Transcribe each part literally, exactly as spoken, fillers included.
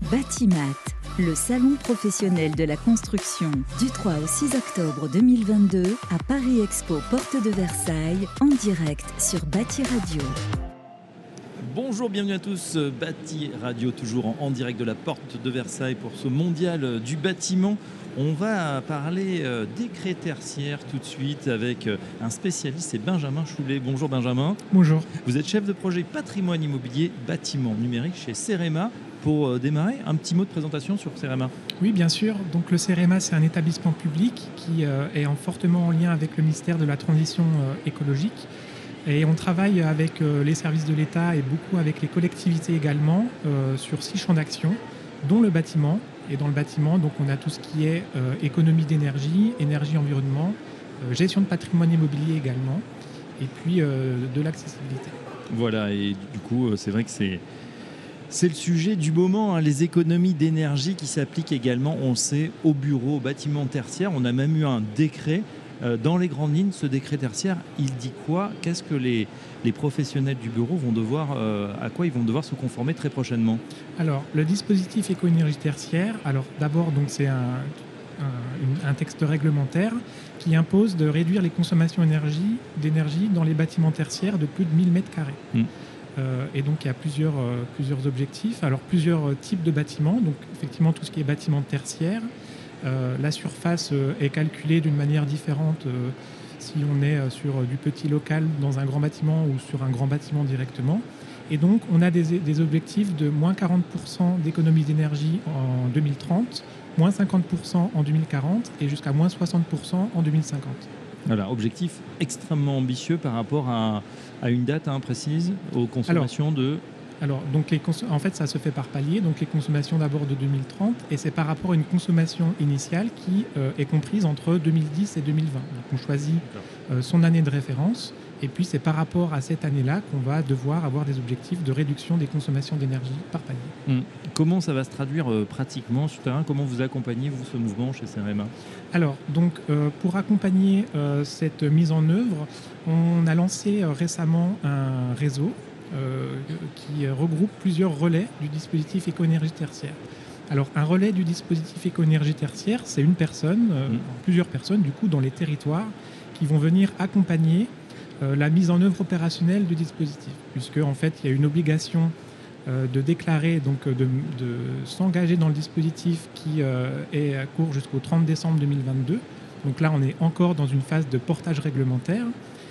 Batimat, le salon professionnel de la construction, du trois au six octobre deux mille vingt-deux à Paris Expo, porte de Versailles, en direct sur Bati Radio. Bonjour, bienvenue à tous, Bati Radio, toujours en, en direct de la porte de Versailles pour ce mondial du bâtiment. On va parler euh, décret tertiaire tout de suite avec euh, un spécialiste, c'est Benjamin Choulet. Bonjour Benjamin. Bonjour. Vous êtes chef de projet patrimoine immobilier bâtiment numérique chez Cerema. Pour euh, démarrer, un petit mot de présentation sur Cerema. Oui, bien sûr. Donc le Cerema, c'est un établissement public qui euh, est en fortement en lien avec le ministère de la Transition euh, écologique. Et on travaille avec euh, les services de l'État et beaucoup avec les collectivités également euh, sur six champs d'action, dont le bâtiment. Et dans le bâtiment, donc, on a tout ce qui est euh, économie d'énergie, énergie-environnement, euh, gestion de patrimoine immobilier également, et puis euh, de l'accessibilité. Voilà, et du coup, c'est vrai que c'est, c'est le sujet du moment, hein, les économies d'énergie qui s'appliquent également, on le sait, aux bureaux, aux bâtiments tertiaires. On a même eu un décret. Euh, dans les grandes lignes, ce décret tertiaire, il dit quoi? Qu'est-ce que les, les professionnels du bureau vont devoir, euh, à quoi ils vont devoir se conformer très prochainement? Alors, le dispositif éco-énergie tertiaire, alors d'abord, donc, c'est un, un, un texte réglementaire qui impose de réduire les consommations énergie, d'énergie dans les bâtiments tertiaires de plus de mille mètres carrés. Mmh. Euh, et donc, il y a plusieurs, euh, plusieurs objectifs. Alors, plusieurs euh, types de bâtiments. Donc, effectivement, tout ce qui est bâtiment tertiaire. Euh, la surface euh, est calculée d'une manière différente euh, si on est euh, sur euh, du petit local dans un grand bâtiment ou sur un grand bâtiment directement. Et donc, on a des, des objectifs de moins quarante pour cent d'économie d'énergie en deux mille trente, moins cinquante pour cent en deux mille quarante et jusqu'à moins soixante pour cent en deux mille cinquante. Voilà, objectif extrêmement ambitieux par rapport à, à une date hein, précise, aux consommations Alors, de... Alors, donc les cons- en fait, ça se fait par palier. Donc, les consommations d'abord de deux mille trente, et c'est par rapport à une consommation initiale qui euh, est comprise entre deux mille dix et deux mille vingt. Donc, on choisit euh, son année de référence, et puis c'est par rapport à cette année-là qu'on va devoir avoir des objectifs de réduction des consommations d'énergie par palier. Hum. Comment ça va se traduire euh, pratiquement sur le terrain? Comment vous accompagnez vous ce mouvement chez Cerema? Alors, donc, euh, pour accompagner euh, cette mise en œuvre, on a lancé euh, récemment un réseau Euh, qui regroupe plusieurs relais du dispositif éco-énergie tertiaire. Alors, un relais du dispositif éco-énergie tertiaire, c'est une personne, euh, mmh. plusieurs personnes, du coup, dans les territoires, qui vont venir accompagner euh, la mise en œuvre opérationnelle du dispositif, puisque, en fait, il y a une obligation euh, de déclarer, donc de, de s'engager dans le dispositif qui euh, est à court jusqu'au trente décembre deux mille vingt-deux. Donc là, on est encore dans une phase de portage réglementaire.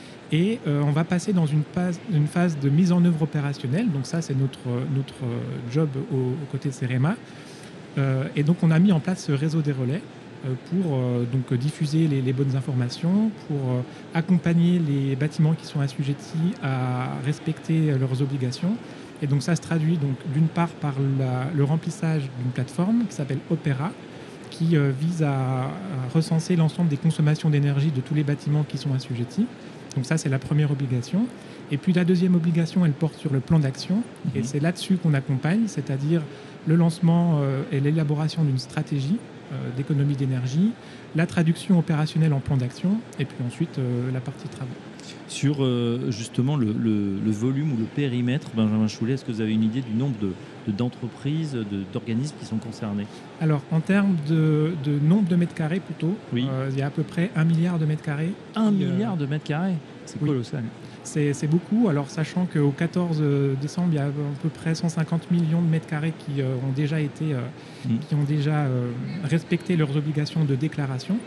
Et euh, on va passer dans une phase, une phase de mise en œuvre opérationnelle. Donc ça, c'est notre, notre job au, au côté de Cerema. Euh, et donc, on a mis en place ce réseau des relais euh, pour euh, donc, diffuser les, les bonnes informations, pour euh, accompagner les bâtiments qui sont assujettis à respecter leurs obligations. Et donc, ça se traduit donc, d'une part par la, le remplissage d'une plateforme qui s'appelle Opera, qui euh, vise à, à recenser l'ensemble des consommations d'énergie de tous les bâtiments qui sont assujettis. Donc ça, c'est la première obligation. Et puis la deuxième obligation, elle porte sur le plan d'action. Mmh. Et c'est là-dessus qu'on accompagne, c'est-à-dire le lancement euh, et l'élaboration d'une stratégie euh, d'économie d'énergie, la traduction opérationnelle en plan d'action, et puis ensuite euh, la partie travaux. Sur euh, justement le, le, le volume ou le périmètre, Benjamin Choulet, est-ce que vous avez une idée du nombre de, de, d'entreprises, de, d'organismes qui sont concernés? Alors, en termes de, de nombre de mètres carrés plutôt, oui. euh, il y a à peu près un milliard de mètres carrés. Un qui, milliard euh, de mètres carrés? C'est oui. colossal. C'est, c'est beaucoup. Alors, sachant qu'au quatorze décembre, il y a à peu près cent cinquante millions de mètres carrés qui euh, ont déjà été, euh, mmh. qui ont déjà euh, respecté leurs obligations de déclaration.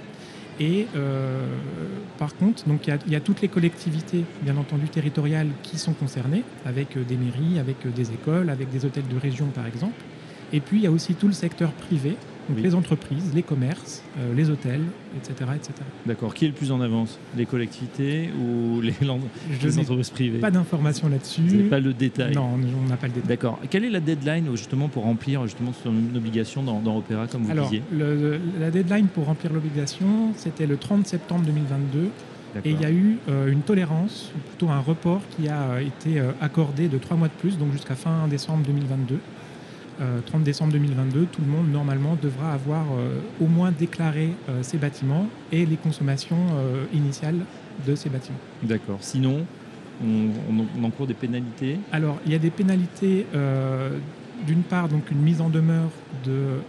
Et euh, par contre, donc il y, y a toutes les collectivités, bien entendu territoriales, qui sont concernées, avec euh, des mairies, avec euh, des écoles, avec des hôtels de région, par exemple. Et puis il y a aussi tout le secteur privé, donc oui. les entreprises, les commerces, euh, les hôtels, et cetera, et cetera. D'accord. Qui est le plus en avance? Les collectivités ou les, les entreprises privées? Pas d'informations là-dessus. Vous n'avez pas le détail? Non, on n'a pas le détail. D'accord. Quelle est la deadline justement pour remplir justement une obligation dans, dans Opera, comme vous Alors, disiez? le, la deadline pour remplir l'obligation, c'était le trente septembre deux mille vingt-deux. D'accord. Et il y a eu euh, une tolérance, ou plutôt un report qui a été euh, accordé de trois mois de plus, donc jusqu'à fin décembre deux mille vingt-deux. Euh, trente décembre deux mille vingt-deux, tout le monde normalement devra avoir euh, au moins déclaré euh, ses bâtiments et les consommations euh, initiales de ces bâtiments. D'accord. Sinon, on, on, on encourt des pénalités? Alors, il y a des pénalités euh, d'une part donc une mise en demeure de, euh,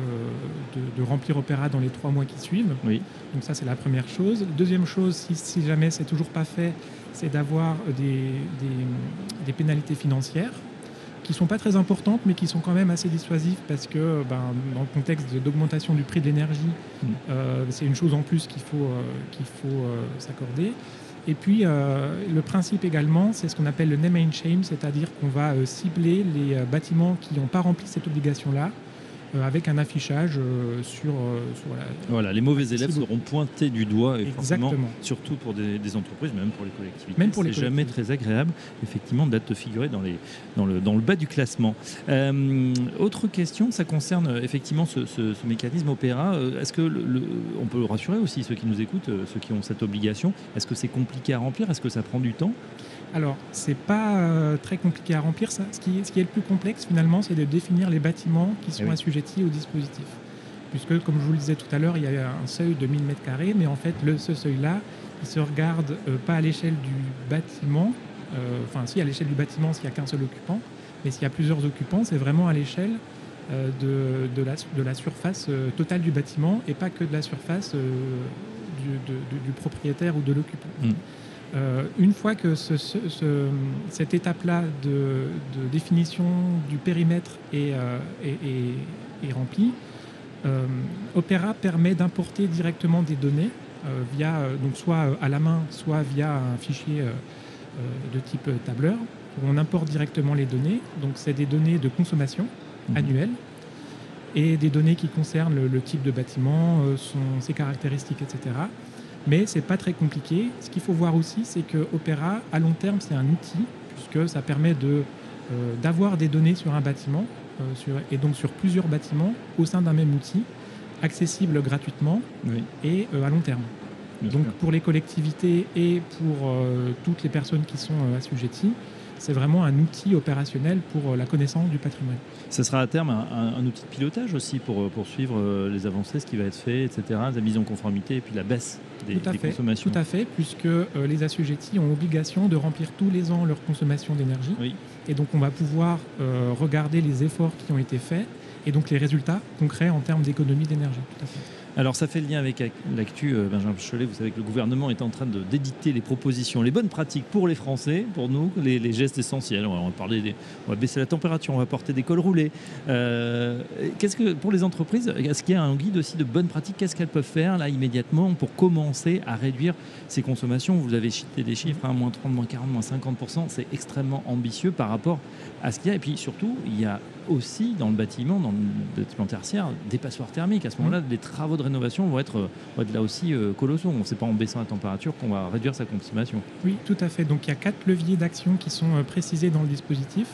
de, de remplir Opera dans les trois mois qui suivent. Oui. Donc ça c'est la première chose. Deuxième chose, si, si jamais c'est toujours pas fait, c'est d'avoir des, des, des pénalités financières qui ne sont pas très importantes, mais qui sont quand même assez dissuasives parce que ben, dans le contexte d'augmentation du prix de l'énergie, mmh. euh, c'est une chose en plus qu'il faut, euh, qu'il faut euh, s'accorder. Et puis, euh, le principe également, c'est ce qu'on appelle le name and shame, c'est-à-dire qu'on va euh, cibler les euh, bâtiments qui n'ont pas rempli cette obligation-là euh, avec un affichage euh, sur, euh, sur la... Voilà, les mauvais élèves seront pointés du doigt, et forcément, surtout pour des, des entreprises, même pour les collectivités. Même pour les c'est jamais très agréable, effectivement, d'être figuré dans, les, dans, le, dans le bas du classement. Euh, autre question, ça concerne effectivement ce, ce, ce mécanisme Opera. Est-ce que le, le, on peut rassurer aussi ceux qui nous écoutent, ceux qui ont cette obligation? Est-ce que c'est compliqué à remplir? Est-ce que ça prend du temps? Alors, c'est pas euh, très compliqué à remplir. Ça. Ce, qui, ce qui est le plus complexe, finalement, c'est de définir les bâtiments qui sont oui. assujettis au dispositif. Puisque, comme je vous le disais tout à l'heure, il y a un seuil de mille mètres carrés, mais en fait, le, ce seuil-là, il se regarde euh, pas à l'échelle du bâtiment, euh, enfin, si, à l'échelle du bâtiment s'il n'y a qu'un seul occupant, mais s'il y a plusieurs occupants, c'est vraiment à l'échelle euh, de, de, la, de la surface euh, totale du bâtiment et pas que de la surface euh, du, de, de, du propriétaire ou de l'occupant. Mmh. Euh, une fois que ce, ce, ce, cette étape-là de, de définition du périmètre est, euh, est, est, est remplie, euh, Opera permet d'importer directement des données euh, via, donc soit à la main, soit via un fichier euh, de type tableur, où on importe directement les données. Donc c'est des données de consommation mmh. annuelle et des données qui concernent le, le type de bâtiment, euh, son, ses caractéristiques, et cetera. Mais ce n'est pas très compliqué. Ce qu'il faut voir aussi, c'est que Opera, à long terme, c'est un outil, puisque ça permet de, euh, d'avoir des données sur un bâtiment, euh, sur, et donc sur plusieurs bâtiments, au sein d'un même outil, accessible gratuitement oui. et euh, à long terme. Bien donc sûr. Pour les collectivités et pour euh, toutes les personnes qui sont euh, assujetties, c'est vraiment un outil opérationnel pour la connaissance du patrimoine. Ça sera à terme un, un, un outil de pilotage aussi pour, pour suivre les avancées, ce qui va être fait, et cetera, la mise en conformité et puis la baisse des, tout à des fait, consommations. Tout à fait, puisque euh, les assujettis ont obligation de remplir tous les ans leur consommation d'énergie. Oui. Et donc on va pouvoir euh, regarder les efforts qui ont été faits et donc les résultats concrets en termes d'économie d'énergie. Tout à fait. Alors ça fait le lien avec l'actu, Benjamin Cholet, vous savez que le gouvernement est en train de, d'éditer les propositions, les bonnes pratiques pour les Français, pour nous, les, les gestes essentiels. On va, parler des, on va baisser la température, on va porter des cols roulés. Euh, qu'est-ce que, pour les entreprises, est-ce qu'il y a un guide aussi de bonnes pratiques? Qu'est-ce qu'elles peuvent faire là immédiatement pour commencer à réduire ces consommations? Vous avez cité des chiffres, hein, moins trente, moins quarante, moins cinquante pour cent, c'est extrêmement ambitieux par rapport à ce qu'il y a. Et puis surtout, il y a aussi dans le bâtiment, dans le bâtiment tertiaire, des passoires thermiques. À ce moment-là, les travaux de rénovation vont être, vont être là aussi euh, colossaux. On ne sait pas en baissant la température qu'on va réduire sa consommation. Oui, tout à fait. Donc il y a quatre leviers d'action qui sont euh, précisés dans le dispositif.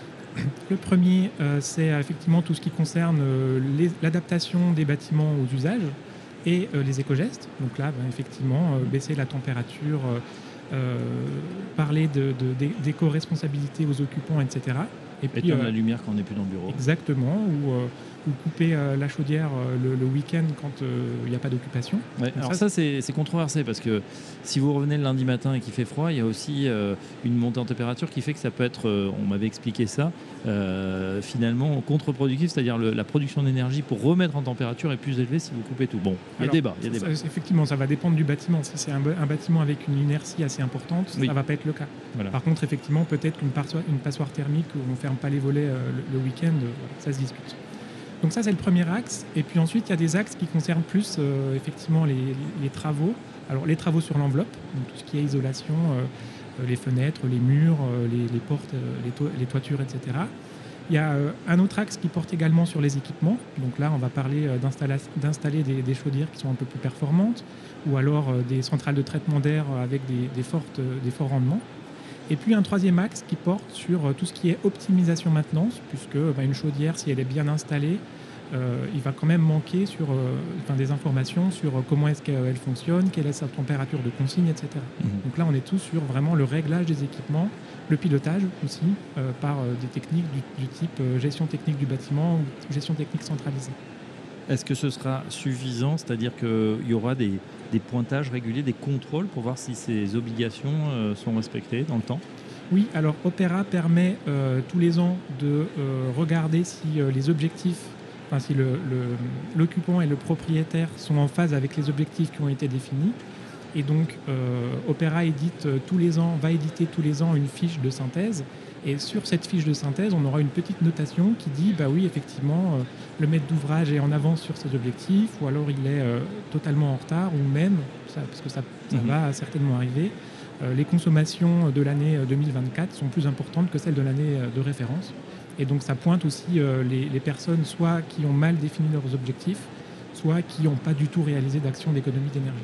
Le premier, euh, c'est effectivement tout ce qui concerne euh, les, l'adaptation des bâtiments aux usages et euh, les éco-gestes. Donc là, ben, effectivement, euh, baisser la température, euh, euh, parler de, de, d'éco-responsabilité aux occupants, et cetera. Et puis éteindre euh, la lumière quand on n'est plus dans le bureau. Exactement, ou, euh, ou couper euh, la chaudière euh, le, le week-end quand il euh, n'y a pas d'occupation. Ouais, alors ça, ça c'est, c'est controversé parce que si vous revenez le lundi matin et qu'il fait froid, il y a aussi euh, une montée en température qui fait que ça peut être, euh, on m'avait expliqué ça, euh, finalement contre-productif, c'est-à-dire le, la production d'énergie pour remettre en température est plus élevée si vous coupez tout. Bon, il y a débat. Il y a débat. Ça, effectivement, ça va dépendre du bâtiment. Si c'est un, un bâtiment avec une inertie assez importante, oui. ça ne va pas être le cas. Voilà. Par contre, effectivement, peut-être qu'une passoire, une passoire thermique où on ne ferme pas les volets euh, le, le week-end, euh, voilà, ça se discute. Donc ça, c'est le premier axe. Et puis ensuite, il y a des axes qui concernent plus euh, effectivement les, les travaux. Alors les travaux sur l'enveloppe, donc tout ce qui est isolation, euh, les fenêtres, les murs, euh, les, les portes, euh, les, to- les toitures, et cetera. Il y a euh, un autre axe qui porte également sur les équipements. Donc là, on va parler euh, d'installer des, des chaudières qui sont un peu plus performantes, ou alors euh, des centrales de traitement d'air avec des, des, fortes, euh, des forts rendements. Et puis un troisième axe qui porte sur euh, tout ce qui est optimisation maintenance, puisque bah, une chaudière, si elle est bien installée, euh, il va quand même manquer sur, euh, enfin, des informations sur euh, comment est-ce qu'elle fonctionne, quelle est sa température de consigne, et cetera. Mmh. Donc là, on est tous sur vraiment le réglage des équipements, le pilotage aussi, euh, par euh, des techniques du, du type euh, gestion technique du bâtiment ou gestion technique centralisée. Est-ce que ce sera suffisant? C'est-à-dire qu'il y aura des, des pointages réguliers, des contrôles pour voir si ces obligations euh, sont respectées dans le temps? Oui, alors Opera permet euh, tous les ans de euh, regarder si euh, les objectifs, enfin si le, le, l'occupant et le propriétaire sont en phase avec les objectifs qui ont été définis. Et donc euh, Opera édite euh, tous les ans, va éditer tous les ans une fiche de synthèse. Et sur cette fiche de synthèse, on aura une petite notation qui dit, bah oui, effectivement, euh, le maître d'ouvrage est en avance sur ses objectifs, ou alors il est euh, totalement en retard, ou même, ça, parce que ça, ça mmh. va certainement arriver, euh, les consommations de l'année deux mille vingt-quatre sont plus importantes que celles de l'année de référence. Et donc ça pointe aussi euh, les, les personnes soit qui ont mal défini leurs objectifs, soit qui n'ont pas du tout réalisé d'action d'économie d'énergie.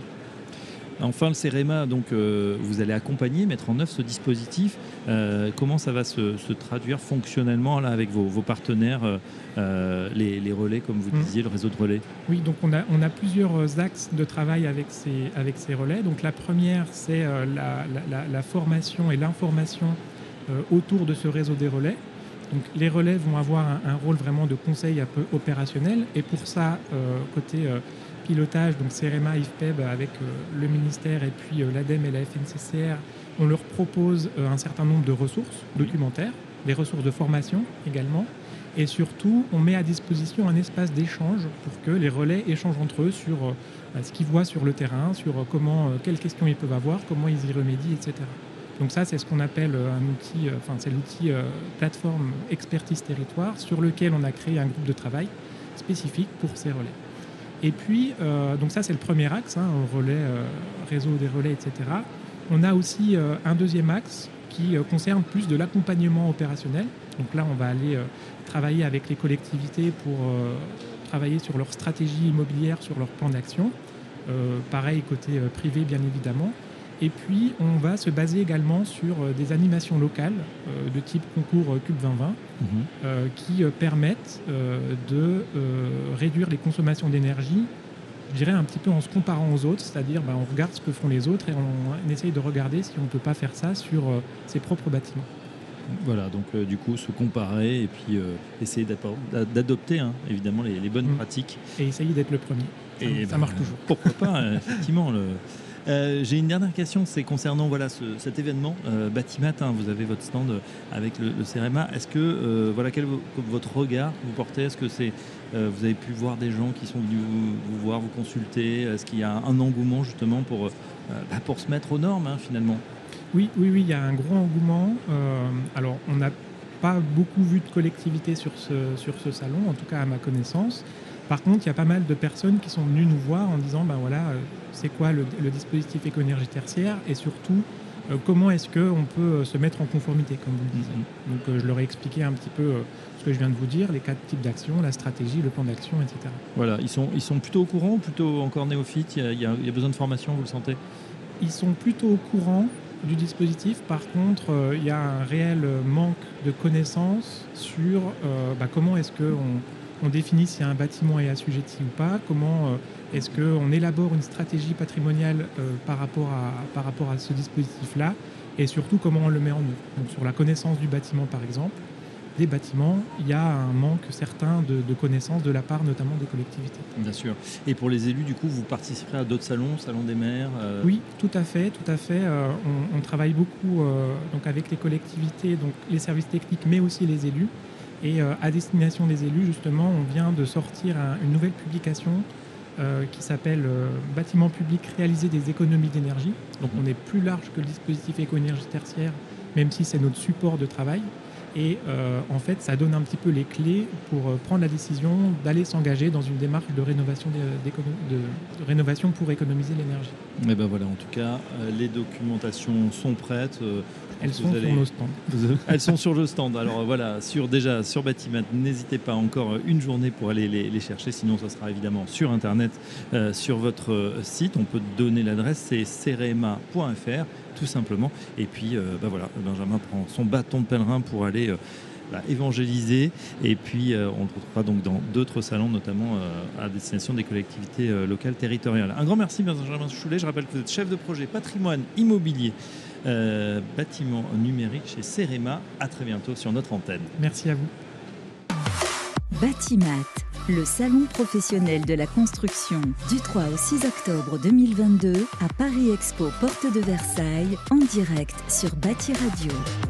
Enfin, le CEREMA, donc, euh, vous allez accompagner, mettre en œuvre ce dispositif. Euh, comment ça va se, se traduire fonctionnellement là, avec vos, vos partenaires, euh, les, les relais, comme vous disiez, mmh. le réseau de relais? Oui, donc on a, on a plusieurs axes de travail avec ces, avec ces relais. Donc, la première, c'est euh, la, la, la formation et l'information euh, autour de ce réseau des relais. Donc, les relais vont avoir un, un rôle vraiment de conseil un peu opérationnel. Et pour ça, euh, côté... Euh, pilotage, donc CEREMA, I F P E B avec euh, le ministère et puis euh, l'ADEME et la F N C C R, on leur propose euh, un certain nombre de ressources documentaires, des ressources de formation également, et surtout on met à disposition un espace d'échange pour que les relais échangent entre eux sur euh, ce qu'ils voient sur le terrain, sur euh, comment, euh, quelles questions ils peuvent avoir, comment ils y remédient, et cetera. Donc ça, c'est ce qu'on appelle un outil, enfin euh, c'est l'outil euh, plateforme expertise territoire sur lequel on a créé un groupe de travail spécifique pour ces relais. Et puis, euh, donc ça c'est le premier axe, hein, relais, euh, réseau des relais, et cetera. On a aussi euh, un deuxième axe qui euh, concerne plus de l'accompagnement opérationnel. Donc là, on va aller euh, travailler avec les collectivités pour euh, travailler sur leur stratégie immobilière, sur leur plan d'action. Euh, pareil côté euh, privé, bien évidemment. Et puis, on va se baser également sur euh, des animations locales euh, de type concours euh, Cube vingt vingt mmh. euh, qui euh, permettent euh, de euh, réduire les consommations d'énergie, je dirais un petit peu en se comparant aux autres, c'est-à-dire bah, on regarde ce que font les autres et on, on essaye de regarder si on ne peut pas faire ça sur euh, ses propres bâtiments. Voilà, donc euh, du coup, se comparer et puis euh, essayer d'adopter hein, évidemment les, les bonnes mmh. pratiques. Et essayer d'être le premier. Ça, et ça bah, marche toujours. Pourquoi pas, effectivement. Le... Euh, j'ai une dernière question, c'est concernant voilà, ce, cet événement euh, Batimat, hein, vous avez votre stand avec le, le CEREMA. Est-ce que, euh, voilà, quel est votre regard que vous portez? Est-ce que c'est, euh, vous avez pu voir des gens qui sont venus vous, vous voir, vous consulter? Est-ce qu'il y a un engouement justement pour, euh, bah, pour se mettre aux normes hein, finalement? Oui, oui, oui, il y a un gros engouement. Euh, alors, on n'a pas beaucoup vu de collectivités sur ce, sur ce salon, en tout cas à ma connaissance. Par contre, il y a pas mal de personnes qui sont venues nous voir en disant ben voilà, euh, c'est quoi le, le dispositif éco-énergie tertiaire et surtout euh, comment est-ce qu'on peut euh, se mettre en conformité, comme vous le disiez. Mm-hmm. Donc euh, je leur ai expliqué un petit peu euh, ce que je viens de vous dire, les quatre types d'actions, la stratégie, le plan d'action, et cetera. Voilà, ils sont, ils sont plutôt au courant ou plutôt encore néophytes? Il y a, il y a, il y a besoin de formation, vous le sentez? Ils sont plutôt au courant du dispositif. Par contre, euh, il y a un réel manque de connaissances sur euh, bah, comment est-ce qu'on on définit si un bâtiment est assujetti ou pas, comment euh, est-ce qu'on élabore une stratégie patrimoniale euh, par, rapport à, par rapport à ce dispositif-là, et surtout comment on le met en œuvre. Donc sur la connaissance du bâtiment par exemple, des bâtiments, il y a un manque certain de, de connaissances de la part notamment des collectivités. Bien sûr. Et pour les élus, du coup, vous participerez à d'autres salons, salon des maires euh... Oui, tout à fait, tout à fait. Euh, on, on travaille beaucoup euh, donc avec les collectivités, donc les services techniques, mais aussi les élus. Et euh, à destination des élus, justement, on vient de sortir un, une nouvelle publication euh, qui s'appelle euh, « Bâtiments publics, réaliser des économies d'énergie ». Donc on est plus large que le dispositif éco-énergie tertiaire, même si c'est notre support de travail. Et euh, en fait, ça donne un petit peu les clés pour euh, prendre la décision d'aller s'engager dans une démarche de rénovation, de, de, de rénovation pour économiser l'énergie. Et ben voilà, en tout cas, euh, les documentations sont prêtes. Euh, Elles sont allez... sur nos stands. Elles sont sur le stand. Alors voilà, sur, déjà sur Batimat, n'hésitez pas encore une journée pour aller les, les chercher. Sinon, ça sera évidemment sur Internet, euh, sur votre site. On peut donner l'adresse, c'est cerema point f r. Tout simplement. Et puis, euh, bah voilà, Benjamin prend son bâton de pèlerin pour aller euh, bah, évangéliser. Et puis, euh, on le retrouvera donc dans d'autres salons, notamment euh, à destination des collectivités euh, locales territoriales. Un grand merci, Benjamin Choulet. Je rappelle que vous êtes chef de projet patrimoine immobilier, euh, bâtiment numérique chez CEREMA. À très bientôt sur notre antenne. Merci à vous. Batimat, le salon professionnel de la construction, du trois au six octobre deux mille vingt-deux à Paris Expo, porte de Versailles, en direct sur Bâti Radio.